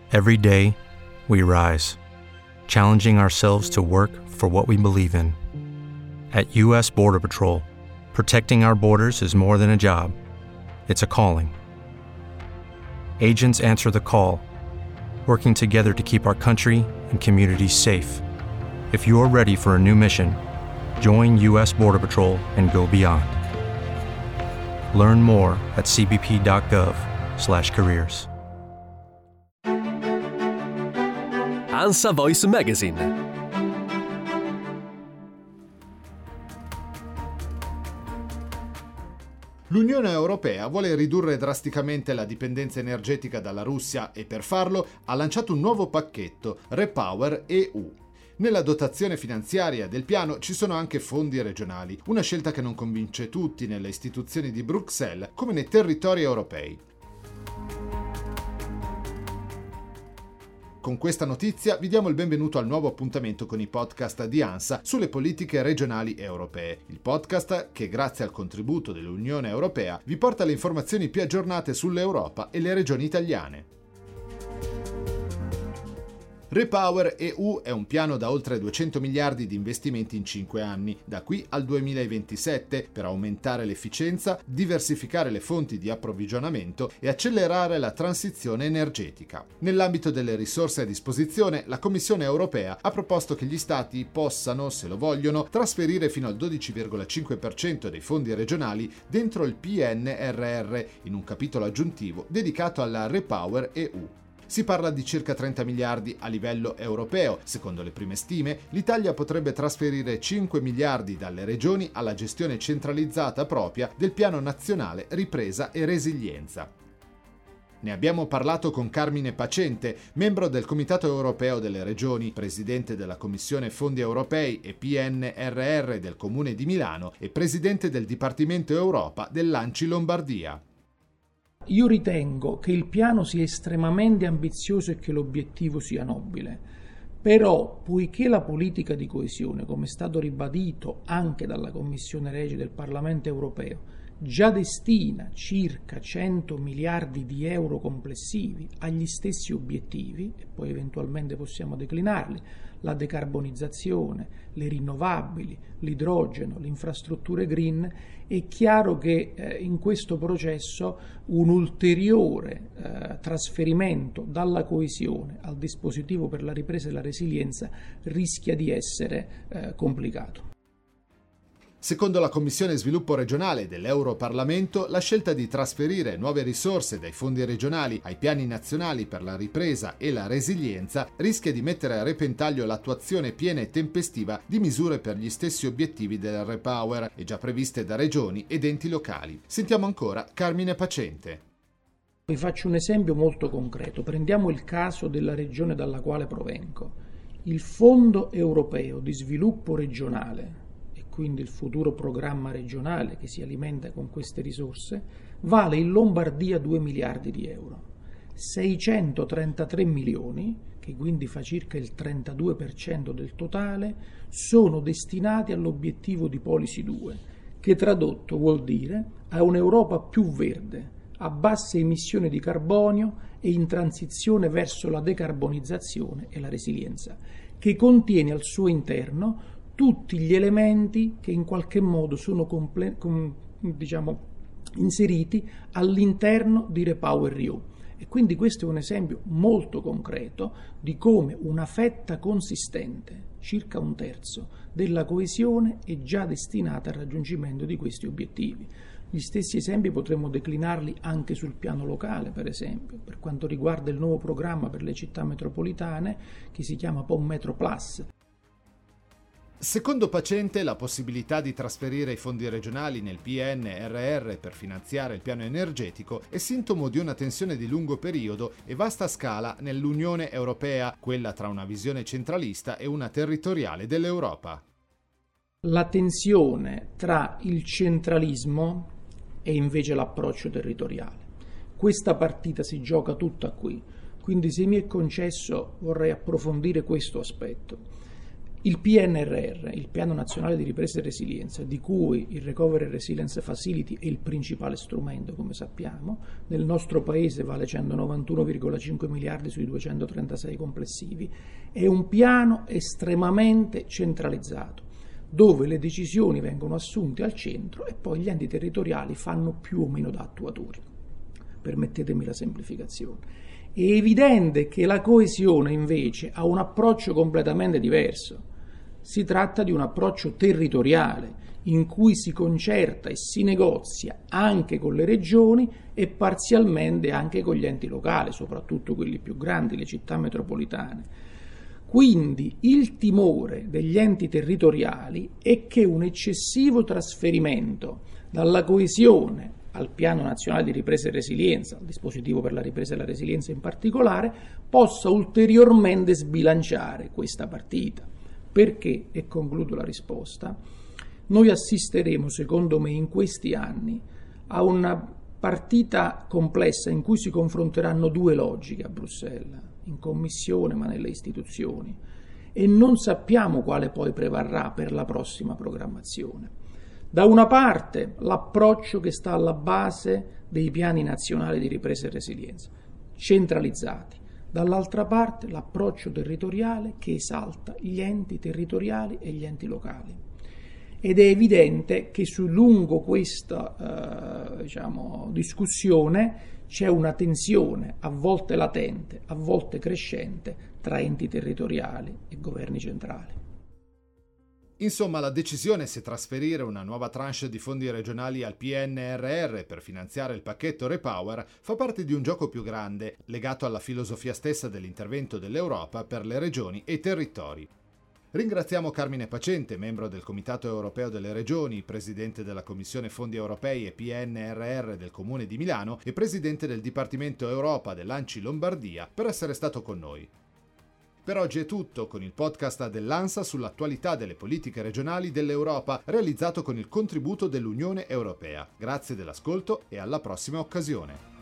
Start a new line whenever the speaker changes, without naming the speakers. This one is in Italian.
Every day, we rise, challenging ourselves to work for what we believe in. At U.S. Border Patrol, protecting our borders is more than a job. It's a calling. Agents answer the call, working together to keep our country and communities safe. If you're ready for a new mission, join U.S. Border Patrol and go beyond. Learn more at cbp.gov/careers.
ANSA Voice Magazine.
L'Unione Europea vuole ridurre drasticamente la dipendenza energetica dalla Russia e per farlo ha lanciato un nuovo pacchetto, REPower EU. Nella dotazione finanziaria del piano ci sono anche fondi regionali, una scelta che non convince tutti nelle istituzioni di Bruxelles come nei territori europei. Con questa notizia vi diamo il benvenuto al nuovo appuntamento con i podcast di ANSA sulle politiche regionali europee. Il podcast che, grazie al contributo dell'Unione Europea, vi porta le informazioni più aggiornate sull'Europa e le regioni italiane. REPower EU è un piano da oltre 200 miliardi di investimenti in 5 anni, da qui al 2027, per aumentare l'efficienza, diversificare le fonti di approvvigionamento e accelerare la transizione energetica. Nell'ambito delle risorse a disposizione, la Commissione europea ha proposto che gli Stati possano, se lo vogliono, trasferire fino al 12,5% dei fondi regionali dentro il PNRR, in un capitolo aggiuntivo dedicato alla REPower EU. Si parla di circa 30 miliardi a livello europeo. Secondo le prime stime, l'Italia potrebbe trasferire 5 miliardi dalle regioni alla gestione centralizzata propria del Piano Nazionale Ripresa e Resilienza. Ne abbiamo parlato con Carmine Pacente, membro del Comitato Europeo delle Regioni, presidente della Commissione Fondi Europei e PNRR del Comune di Milano e presidente del Dipartimento Europa dell'Anci Lombardia.
Io ritengo che il piano sia estremamente ambizioso e che l'obiettivo sia nobile, però poiché la politica di coesione, come è stato ribadito anche dalla Commissione Regi del Parlamento Europeo, già destina circa 100 miliardi di euro complessivi agli stessi obiettivi, e poi eventualmente possiamo declinarli, la decarbonizzazione, le rinnovabili, l'idrogeno, le infrastrutture green, è chiaro che in questo processo un ulteriore trasferimento dalla coesione al dispositivo per la ripresa e la resilienza rischia di essere complicato.
Secondo la Commissione Sviluppo Regionale dell'Europarlamento, la scelta di trasferire nuove risorse dai fondi regionali ai piani nazionali per la ripresa e la resilienza rischia di mettere a repentaglio l'attuazione piena e tempestiva di misure per gli stessi obiettivi del REPower e già previste da regioni ed enti locali. Sentiamo ancora Carmine Pacente.
Vi faccio un esempio molto concreto. Prendiamo il caso della regione dalla quale provengo. Il Fondo Europeo di Sviluppo Regionale, quindi il futuro programma regionale che si alimenta con queste risorse, vale in Lombardia 2 miliardi di euro. 633 milioni, che quindi fa circa il 32% del totale, sono destinati all'obiettivo di Policy 2, che tradotto vuol dire a un'Europa più verde, a basse emissioni di carbonio e in transizione verso la decarbonizzazione e la resilienza, che contiene al suo interno tutti gli elementi che in qualche modo sono inseriti all'interno di REPower EU. E quindi questo è un esempio molto concreto di come una fetta consistente, circa un terzo, della coesione è già destinata al raggiungimento di questi obiettivi. Gli stessi esempi potremmo declinarli anche sul piano locale, per esempio, per quanto riguarda il nuovo programma per le città metropolitane che si chiama POM Metro Plus.
Secondo Pacente, la possibilità di trasferire i fondi regionali nel PNRR per finanziare il piano energetico è sintomo di una tensione di lungo periodo e vasta scala nell'Unione Europea, quella tra una visione centralista e una territoriale dell'Europa.
La tensione tra il centralismo e invece l'approccio territoriale. Questa partita si gioca tutta qui, quindi se mi è concesso vorrei approfondire questo aspetto. Il PNRR, il Piano Nazionale di Ripresa e Resilienza, di cui il Recovery and Resilience Facility è il principale strumento, come sappiamo, nel nostro paese vale 191,5 miliardi sui 236 complessivi, è un piano estremamente centralizzato, dove le decisioni vengono assunte al centro e poi gli enti territoriali fanno più o meno da attuatori. Permettetemi la semplificazione. È evidente che la coesione invece ha un approccio completamente diverso. Si tratta di un approccio territoriale in cui si concerta e si negozia anche con le regioni e parzialmente anche con gli enti locali, soprattutto quelli più grandi, le città metropolitane. Quindi il timore degli enti territoriali è che un eccessivo trasferimento dalla coesione al Piano Nazionale di Ripresa e Resilienza, al dispositivo per la ripresa e la resilienza in particolare, possa ulteriormente sbilanciare questa partita. Perché, e concludo la risposta, noi assisteremo, secondo me, in questi anni a una partita complessa in cui si confronteranno due logiche a Bruxelles, in Commissione ma nelle istituzioni, e non sappiamo quale poi prevarrà per la prossima programmazione. Da una parte l'approccio che sta alla base dei piani nazionali di ripresa e resilienza, centralizzati. Dall'altra parte l'approccio territoriale che esalta gli enti territoriali e gli enti locali. Ed è evidente che lungo questa discussione c'è una tensione, a volte latente, a volte crescente, tra enti territoriali e governi centrali.
Insomma, la decisione se trasferire una nuova tranche di fondi regionali al PNRR per finanziare il pacchetto Repower fa parte di un gioco più grande, legato alla filosofia stessa dell'intervento dell'Europa per le regioni e i territori. Ringraziamo Carmine Pacente, membro del Comitato Europeo delle Regioni, presidente della Commissione Fondi Europei e PNRR del Comune di Milano e presidente del Dipartimento Europa dell'ANCI Lombardia, per essere stato con noi. Per oggi è tutto con il podcast dell'ANSA sull'attualità delle politiche regionali dell'Europa, realizzato con il contributo dell'Unione Europea. Grazie dell'ascolto e alla prossima occasione.